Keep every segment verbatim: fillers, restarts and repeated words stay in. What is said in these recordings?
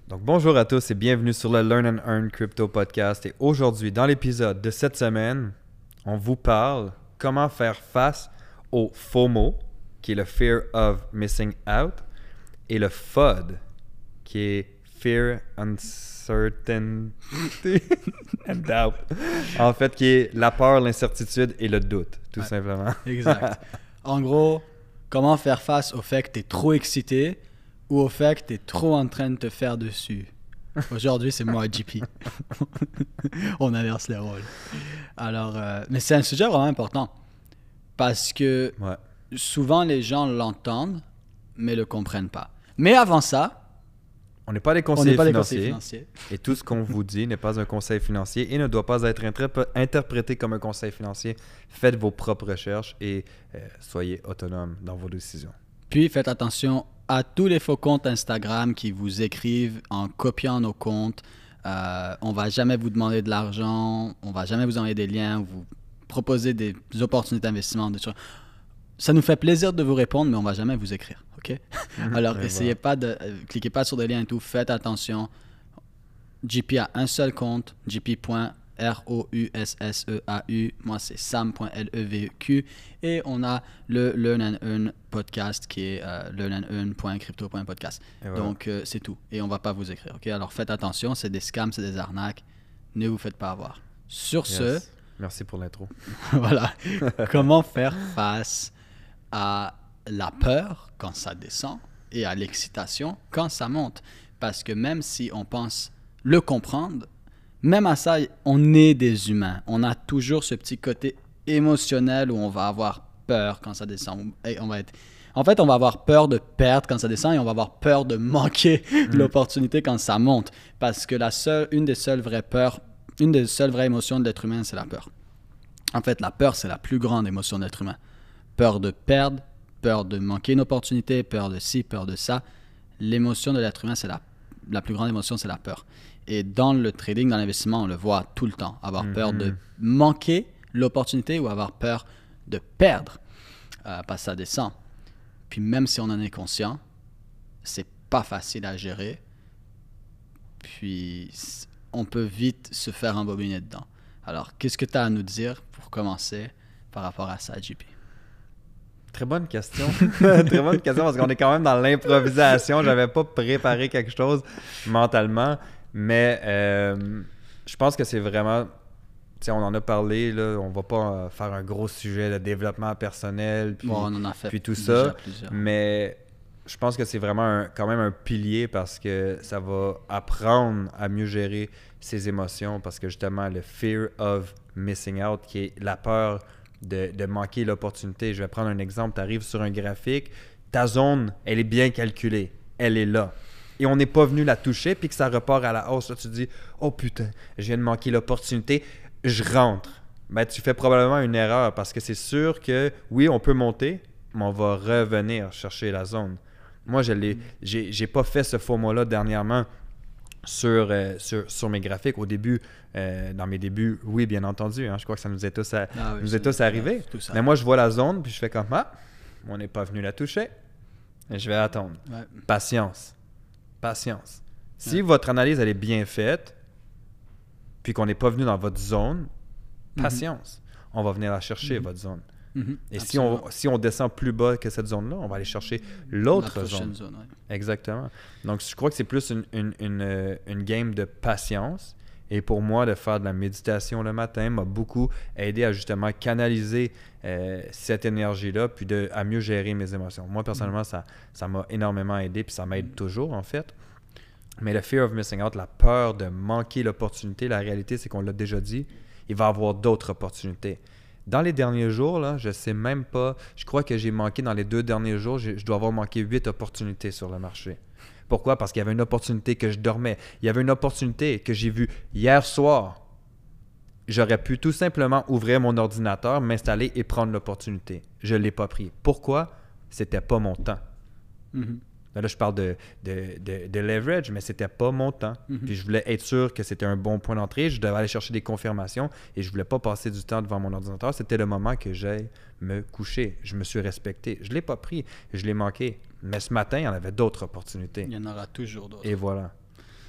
Donc bonjour à tous et bienvenue sur le Learn and Earn Crypto Podcast. Et aujourd'hui, dans l'épisode de cette semaine, on vous parle comment faire face au FOMO, qui est le Fear of Missing Out, et le F U D, qui est Fear, Uncertainty and Doubt. En fait, qui est la peur, l'incertitude et le doute, tout ouais, simplement. Exact. En gros, comment faire face au fait que tu es trop excité ou au fait que tu es trop en train de te faire dessus. Aujourd'hui, c'est moi, J P. On inverse les rôles. Alors, euh, mais c'est un sujet vraiment important parce que ouais. souvent, les gens l'entendent, mais ne le comprennent pas. Mais avant ça, on n'est pas des conseillers, pas financiers, des conseillers financiers. Et tout ce qu'on vous dit n'est pas un conseil financier et ne doit pas être interp- interprété comme un conseil financier. Faites vos propres recherches et euh, soyez autonome dans vos décisions. Puis, faites attention à tous les faux comptes Instagram qui vous écrivent en copiant nos comptes. Euh, on ne va jamais vous demander de l'argent, on ne va jamais vous envoyer des liens, vous proposer des opportunités d'investissement. Des choses. Ça nous fait plaisir de vous répondre, mais on ne va jamais vous écrire. OK? Alors, mmh, essayez voilà. pas de... Euh, cliquez pas sur des liens et tout. Faites attention. J P a un seul compte, j p point r o u s s e a u. Moi, c'est sam point leveq. Et on a le Learn and Earn podcast qui est euh, learn and earn point crypto point podcast. Voilà. Donc, euh, c'est tout. Et on ne va pas vous écrire. OK? Alors, faites attention. C'est des scams, c'est des arnaques. Ne vous faites pas avoir. Sur yes. ce... Merci pour l'intro. Voilà. Comment faire face à la peur quand ça descend et à l'excitation quand ça monte. Parce que même si on pense le comprendre, même à ça, on est des humains. On a toujours ce petit côté émotionnel où on va avoir peur quand ça descend. Et on va être... En fait, on va avoir peur de perdre quand ça descend et on va avoir peur de manquer mmh. l'opportunité quand ça monte. Parce que la seule, une des seules vraies peurs, une des seules vraies émotions de l'être humain, c'est la peur. En fait, la peur, c'est la plus grande émotion de l'être humain. Peur de perdre, peur de manquer une opportunité, peur de ci, peur de ça. L'émotion de l'être humain, c'est la, la plus grande émotion, c'est la peur. Et dans le trading, dans l'investissement, on le voit tout le temps. Avoir mm-hmm. peur de manquer l'opportunité ou avoir peur de perdre euh, parce que ça descend. Puis même si on en est conscient, c'est pas facile à gérer. Puis on peut vite se faire embobiner dedans. Alors, qu'est-ce que tu as à nous dire pour commencer par rapport à ça, J P? Très bonne question. Très bonne question parce qu'on est quand même dans l'improvisation. J'avais pas préparé quelque chose mentalement, mais euh, je pense que c'est vraiment... Tu sais, on en a parlé, là, on va pas euh, faire un gros sujet de développement personnel, puis, bon, on en a fait puis tout déjà ça, plusieurs. Mais je pense que c'est vraiment un, quand même un pilier parce que ça va apprendre à mieux gérer ses émotions parce que justement, le fear of missing out, qui est la peur De, de manquer l'opportunité. Je vais prendre un exemple. Tu arrives sur un graphique, ta zone, elle est bien calculée. Elle est là. Et on n'est pas venu la toucher, puis que ça repart à la hausse. Là, tu te dis, oh putain, je viens de manquer l'opportunité, je rentre. Ben, tu fais probablement une erreur parce que c'est sûr que, oui, on peut monter, mais on va revenir chercher la zone. Moi, je l'ai, j'ai, j'ai pas fait ce faux mot-là dernièrement. Sur, euh, sur, sur mes graphiques, au début, euh, dans mes débuts, oui, bien entendu, hein, je crois que ça nous est tous, à, ah oui, nous est tous arrivé. Tout Mais moi, je vois la zone, puis je fais comme, ah, on n'est pas venu la toucher, et je vais attendre. Ouais. Patience. Patience. Si ouais. votre analyse, elle est bien faite, puis qu'on n'est pas venu dans votre zone, patience. Mm-hmm. On va venir la chercher, mm-hmm. votre zone. Mm-hmm. Et si on, si on descend plus bas que cette zone-là, on va aller chercher l'autre zone. zone ouais. Exactement. Donc, je crois que c'est plus une, une, une, une game de patience. Et pour moi, de faire de la méditation le matin m'a beaucoup aidé à justement canaliser euh, cette énergie-là puis de, à mieux gérer mes émotions. Moi, personnellement, ça, ça m'a énormément aidé puis ça m'aide toujours, en fait. Mais le fear of missing out, la peur de manquer l'opportunité, la réalité, c'est qu'on l'a déjà dit, il va y avoir d'autres opportunités. Dans les derniers jours, là, je ne sais même pas, je crois que j'ai manqué dans les deux derniers jours, je, je dois avoir manqué huit opportunités sur le marché. Pourquoi? Parce qu'il y avait une opportunité que je dormais. Il y avait une opportunité que j'ai vue hier soir. J'aurais pu tout simplement ouvrir mon ordinateur, m'installer et prendre l'opportunité. Je ne l'ai pas pris. Pourquoi? C'était pas mon temps. Mm-hmm. Là, je parle de, de, de, de leverage, mais c'était pas mon temps. Mm-hmm. Puis je voulais être sûr que c'était un bon point d'entrée. Je devais aller chercher des confirmations et je voulais pas passer du temps devant mon ordinateur. C'était le moment que j'aille me coucher. Je me suis respecté. Je l'ai pas pris. Je l'ai manqué. Mais ce matin, il y en avait d'autres opportunités. Il y en aura toujours d'autres. Et voilà.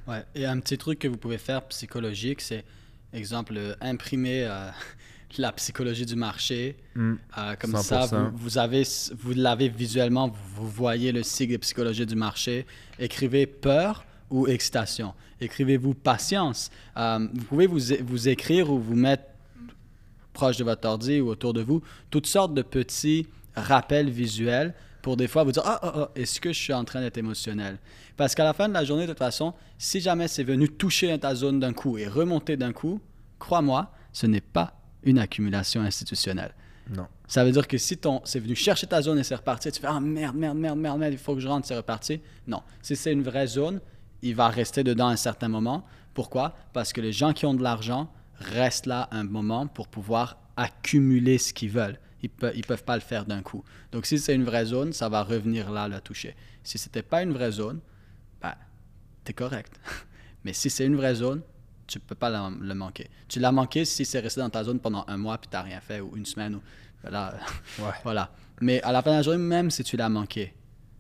Ouais. Et un petit truc que vous pouvez faire psychologique, c'est, exemple, euh, imprimer euh, la psychologie du marché. Mm, Euh, comme cent pour cent. ça, vous, vous, avez, vous l'avez visuellement, vous voyez le sigle de psychologie du marché. Écrivez peur ou excitation. Écrivez-vous patience. Euh, vous pouvez vous, vous écrire ou vous mettre proche de votre ordi ou autour de vous toutes sortes de petits rappels visuels pour des fois vous dire « Ah, ah, ah, est-ce que je suis en train d'être émotionnel? » Parce qu'à la fin de la journée, de toute façon, si jamais c'est venu toucher ta zone d'un coup et remonter d'un coup, crois-moi, ce n'est pas une accumulation institutionnelle. Non. Ça veut dire que si ton, c'est venu chercher ta zone et c'est reparti, tu fais « Ah merde, merde, merde, merde, merde, il faut que je rentre, c'est reparti. » Non. Si c'est une vraie zone, il va rester dedans à un certain moment. Pourquoi? Parce que les gens qui ont de l'argent restent là un moment pour pouvoir accumuler ce qu'ils veulent. Ils ne pe- peuvent pas le faire d'un coup. Donc, si c'est une vraie zone, ça va revenir là, le toucher. Si ce n'était pas une vraie zone, ben, tu es correct. Mais si c'est une vraie zone, tu ne peux pas la, le manquer. Tu l'as manqué si c'est resté dans ta zone pendant un mois puis tu n'as rien fait, ou une semaine. Ou, voilà. Ouais. Voilà. Mais à la fin de la journée, même si tu l'as manqué,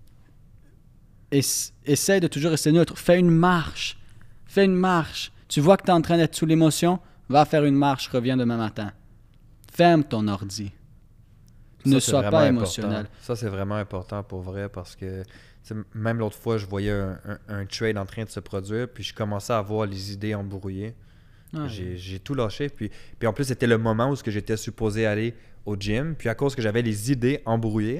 ess- essaie de toujours rester neutre. Fais une marche. Fais une marche. Tu vois que tu es en train d'être sous l'émotion, va faire une marche, reviens demain matin. Ferme ton ordi. Ne Ça, sois c'est pas vraiment émotionnel. important. Ça, c'est vraiment important pour vrai parce que tu sais, même l'autre fois, je voyais un, un- un trade en train de se produire, puis je commençais à avoir les idées embrouillées. Ouais. J'ai, j'ai tout lâché. Puis, puis en plus, c'était le moment où ce que j'étais supposé aller au gym. Puis à cause que j'avais les idées embrouillées,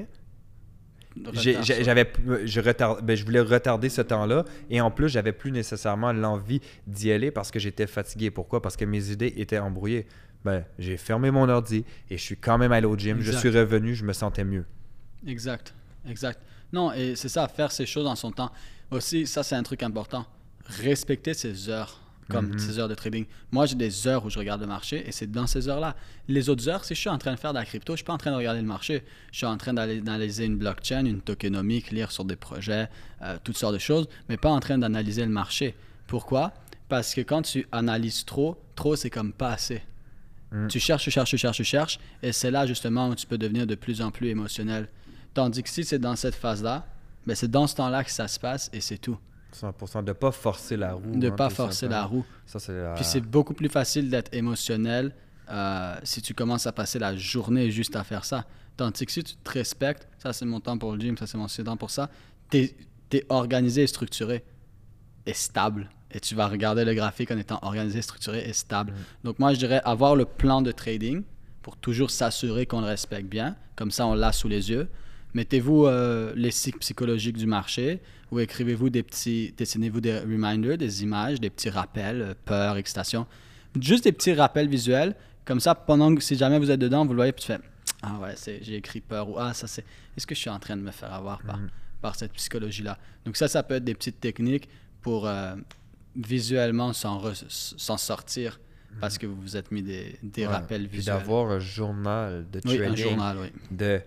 j'ai- Retard j'ai- sur- j'avais, je, retard- ben, je voulais retarder ce temps-là. Et en plus, j'avais plus nécessairement l'envie d'y aller parce que j'étais fatigué. Pourquoi? Parce que mes idées étaient embrouillées. Ben, j'ai fermé mon ordi et je suis quand même allé au gym. Exact. Je suis revenu, je me sentais mieux. Exact, exact. Non, et c'est ça, faire ces choses en son temps. Aussi, ça, c'est un truc important. Respecter ses heures, comme Mhm. ses heures de trading. Moi, j'ai des heures où je regarde le marché et c'est dans ces heures-là. Les autres heures, si je suis en train de faire de la crypto, je ne suis pas en train de regarder le marché. Je suis en train d'aller- d'analyser une blockchain, une tokenomique, lire sur des projets, euh, toutes sortes de choses, mais pas en train d'analyser le marché. Pourquoi? Parce que quand tu analyses trop, trop, c'est comme pas assez. Mm. Tu cherches, tu cherches, tu cherches, tu cherches, et c'est là justement où tu peux devenir de plus en plus émotionnel. Tandis que si c'est dans cette phase-là, ben c'est dans ce temps-là que ça se passe et c'est tout. cent pour cent. De ne pas forcer la roue. De ne hein, pas tout forcer la simplement. roue. Ça, c'est la... Puis c'est beaucoup plus facile d'être émotionnel euh, si tu commences à passer la journée juste à faire ça. Tandis que si tu te respectes, ça c'est mon temps pour le gym, ça c'est mon temps pour ça, tu es organisé et structuré et stable. Et tu vas regarder le graphique en étant organisé, structuré et stable. Mm. Donc moi je dirais avoir le plan de trading pour toujours s'assurer qu'on le respecte bien. Comme ça on l'a sous les yeux. Mettez-vous euh, les cycles psychologiques du marché ou écrivez-vous des petits, dessinez-vous des reminders, des images, des petits rappels, euh, peur, excitation. Juste des petits rappels visuels. Comme ça, pendant que, si jamais vous êtes dedans, vous le voyez, puis tu fais « Ah ouais, c'est, j'ai écrit peur » ou « Ah, ça c'est... Est-ce que je suis en train de me faire avoir par, Mm. par cette psychologie-là? » Donc ça, ça peut être des petites techniques pour euh, visuellement s'en, re- s'en sortir parce que vous vous êtes mis des, des Ouais. rappels Puis visuels. d'avoir un journal de Oui, trading. un journal, oui. De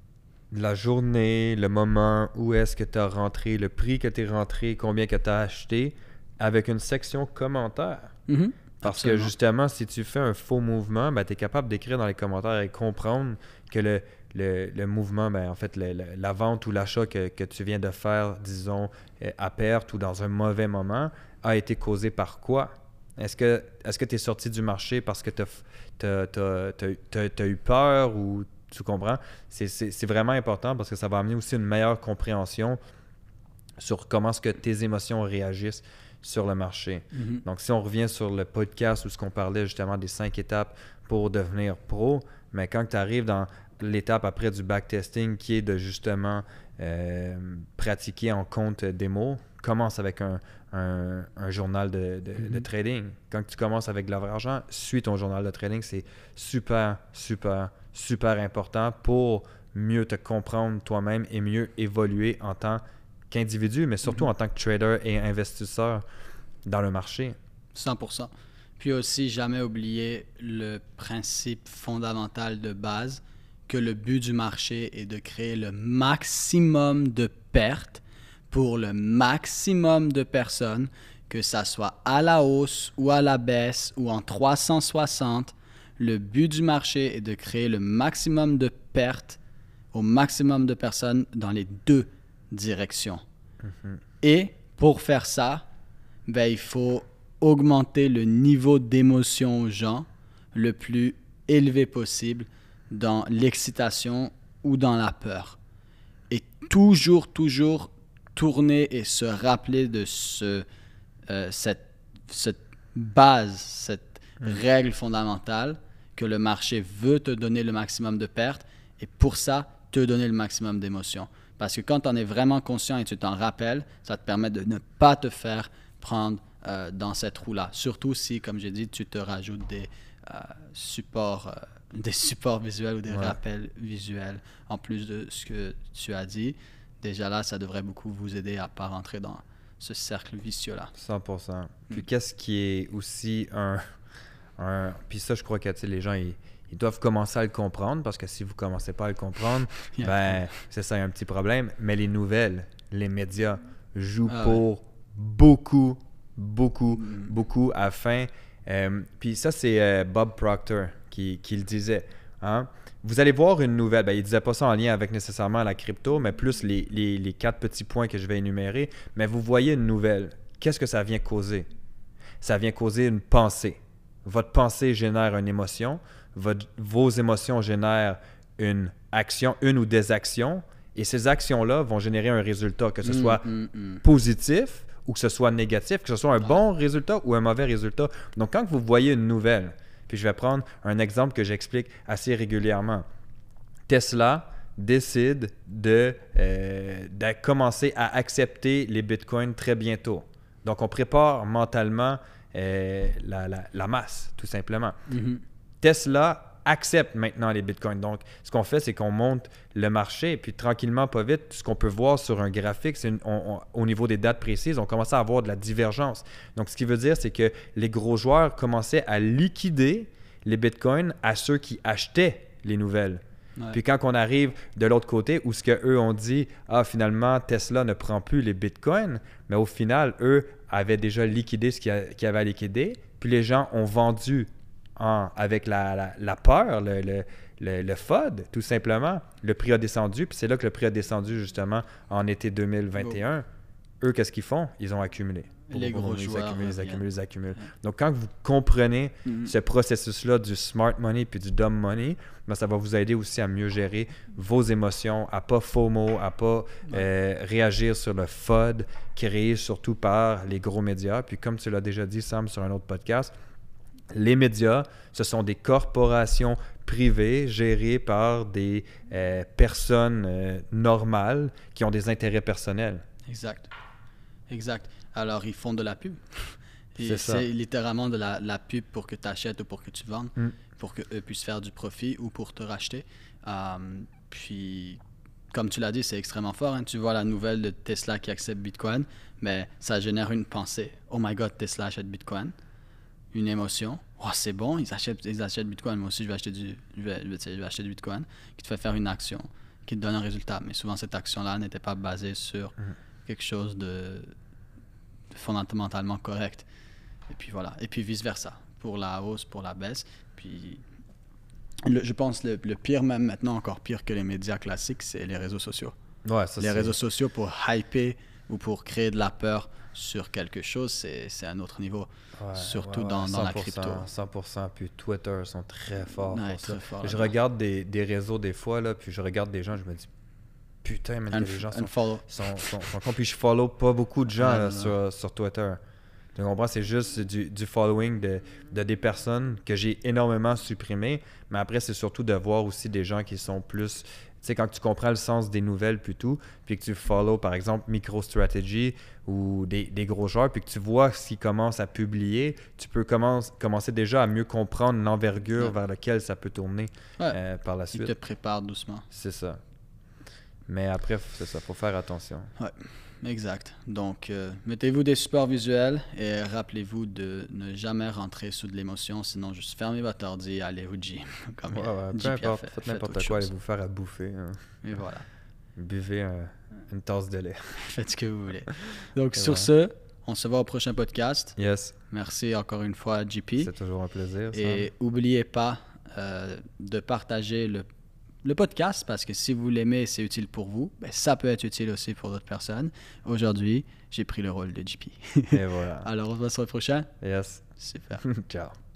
la journée, le moment, où est-ce que tu as rentré, le prix que tu es rentré, combien que tu as acheté, avec une section commentaires. Mhm. Parce Absolument. que justement, si tu fais un faux mouvement, ben, tu es capable d'écrire dans les commentaires et comprendre que le, le, le mouvement, ben, en fait, le- le- la vente ou l'achat que, que tu viens de faire, disons, euh, à perte ou dans un mauvais moment, a été causé par quoi? Est-ce que est-ce que tu es sorti du marché parce que tu as eu peur ou tu comprends? C'est, c'est, c'est vraiment important parce que ça va amener aussi une meilleure compréhension sur comment est-ce que tes émotions réagissent sur le marché. Mhm. Donc, si on revient sur le podcast où ce qu'on parlait justement des cinq étapes pour devenir pro, mais quand tu arrives dans l'étape après du backtesting qui est de justement euh, pratiquer en compte démo, commence avec un, un, un journal de, de, Mm-hmm. de trading. Quand tu commences avec de l'argent, suis ton journal de trading. C'est super, super, super important pour mieux te comprendre toi-même et mieux évoluer en tant qu'individu, mais surtout Mhm. en tant que trader et investisseur dans le marché. cent pour cent. Puis aussi, jamais oublier le principe fondamental de base que le but du marché est de créer le maximum de pertes pour le maximum de personnes, que ça soit à la hausse ou à la baisse ou en trois cent soixante. Le but du marché est de créer le maximum de pertes au maximum de personnes dans les deux directions. Mhm. Et pour faire ça, ben, il faut augmenter le niveau d'émotion aux gens le plus élevé possible dans l'excitation ou dans la peur. Et toujours, toujours tourner et se rappeler de ce, euh, cette, cette base, cette mmh. règle fondamentale que le marché veut te donner le maximum de pertes et pour ça, te donner le maximum d'émotions. Parce que quand tu en es vraiment conscient et tu t'en rappelles, ça te permet de ne pas te faire prendre euh, dans cette roue-là. Surtout si, comme j'ai dit, tu te rajoutes des euh, supports, euh, des supports visuels ou des ouais. rappels visuels en plus de ce que tu as dit. Déjà là, ça devrait beaucoup vous aider à ne pas rentrer dans ce cercle vicieux-là. cent pour cent. Puis mm. qu'est-ce qui est aussi un... un... Puis ça, je crois que les gens, ils, ils doivent commencer à le comprendre parce que si vous ne commencez pas à le comprendre, yeah. ben c'est ça, il y a un petit problème. Mais les nouvelles, les médias jouent ah, pour ouais. beaucoup, beaucoup, mm. beaucoup afin... Euh, puis ça, c'est euh, Bob Proctor qui, qui le disait. Hein? Vous allez voir une nouvelle, ben, il ne disait pas ça en lien avec nécessairement la crypto, mais plus les, les, les quatre petits points que je vais énumérer. Mais vous voyez une nouvelle, qu'est-ce que ça vient causer? Ça vient causer une pensée. Votre pensée génère une émotion, votre, vos émotions génèrent une action, une ou des actions, et ces actions-là vont générer un résultat, que ce soit mm, mm, mm. positif ou que ce soit négatif, que ce soit un bon résultat ou un mauvais résultat. Donc, quand vous voyez une nouvelle, puis je vais prendre un exemple que j'explique assez régulièrement. Tesla décide de, euh, de commencer à accepter les bitcoins très bientôt. Donc, on prépare mentalement euh, la, la, la masse, tout simplement. Mm-hmm. Tesla accepte maintenant les bitcoins. Donc, ce qu'on fait, c'est qu'on monte le marché et puis tranquillement, pas vite, ce qu'on peut voir sur un graphique, c'est une, on, on, au niveau des dates précises, on commence à avoir de la divergence. Donc, ce qui veut dire, c'est que les gros joueurs commençaient à liquider les bitcoins à ceux qui achetaient les nouvelles. Ouais. Puis quand on arrive de l'autre côté, où ce qu'eux ont dit, ah, finalement, Tesla ne prend plus les bitcoins, mais au final, eux avaient déjà liquidé ce qu'ils avaient à liquider, puis les gens ont vendu en, avec la, la, la peur, le, le, le, le F O D, tout simplement. Le prix a descendu, puis c'est là que le prix a descendu justement en été deux mille vingt et un. Oh. Eux, qu'est-ce qu'ils font? Ils ont accumulé. Les gros ils joueurs. accumulent, ils accumulent, ils accumulent. Donc, quand vous comprenez mm-hmm. ce processus-là du smart money puis du dumb money, ben, ça va vous aider aussi à mieux gérer vos émotions, à ne pas FOMO, à ne pas ouais. euh, réagir sur le F O D créé surtout par les gros médias. Puis comme tu l'as déjà dit, Sam, sur un autre podcast, les médias, ce sont des corporations privées gérées par des euh, personnes euh, normales qui ont des intérêts personnels. Exact. Exact. Alors, ils font de la pub. Et c'est, c'est littéralement de la, la pub pour que tu achètes ou pour que tu vendes, mm. pour qu'eux puissent faire du profit ou pour te racheter. Um, puis, comme tu l'as dit, c'est extrêmement fort. Hein. Tu vois la nouvelle de Tesla qui accepte Bitcoin, mais ça génère une pensée. Oh my God, Tesla achète Bitcoin. Une émotion. Oh, c'est bon, ils achètent, ils achètent Bitcoin. Moi aussi, je vais acheter du, je vais, je vais acheter du Bitcoin, qui te fait faire une action, qui te donne un résultat. Mais souvent, cette action-là n'était pas basée sur mm. quelque chose de fondamentalement correct. Et puis voilà. Et puis vice-versa. Pour la hausse, pour la baisse. Puis le, je pense le, le pire, même maintenant encore pire que les médias classiques, c'est les réseaux sociaux. Ouais, ça, les c'est... réseaux sociaux pour hyper ou pour créer de la peur sur quelque chose, c'est, c'est un autre niveau. Ouais, surtout ouais, ouais, dans, dans la crypto. cent pour cent. Puis Twitter sont très forts ouais, pour très ça. Fort, je là. regarde des, des réseaux des fois, là, puis je regarde des gens, je me dis putain, mais les gens sont, sont, sont, sont, sont puis je follow pas beaucoup de gens ah, là, sur, sur Twitter. Tu comprends? C'est juste du, du following de, de des personnes que j'ai énormément supprimées, mais après, c'est surtout de voir aussi des gens qui sont plus... Tu sais, quand tu comprends le sens des nouvelles puis tout, puis que tu follow, par exemple, MicroStrategy ou des, des gros joueurs, puis que tu vois ce qu'ils commencent à publier, tu peux commence, commencer déjà à mieux comprendre l'envergure ouais. vers laquelle ça peut tourner ouais. euh, par la suite. Il te prépare doucement. C'est ça. Mais après, c'est ça, il faut faire attention. Ouais, exact. Donc, euh, mettez-vous des supports visuels et rappelez-vous de ne jamais rentrer sous de l'émotion, sinon juste fermez votre ordi et allez au gym. Comme ouais, ouais, peu importe, fait, faites n'importe faites quoi, allez vous faire à bouffer. Hein. Et voilà. Buvez un, une tasse de lait. Faites ce que vous voulez. Donc, sur ce, on se voit au prochain podcast. Yes. Merci encore une fois, J P. C'est toujours un plaisir. Et n'oubliez pas euh, de partager le le podcast, parce que si vous l'aimez, c'est utile pour vous, ben, ça peut être utile aussi pour d'autres personnes. Aujourd'hui, j'ai pris le rôle de J P. Et voilà. Alors, on se voit sur le prochain. Yes. Super. Ciao.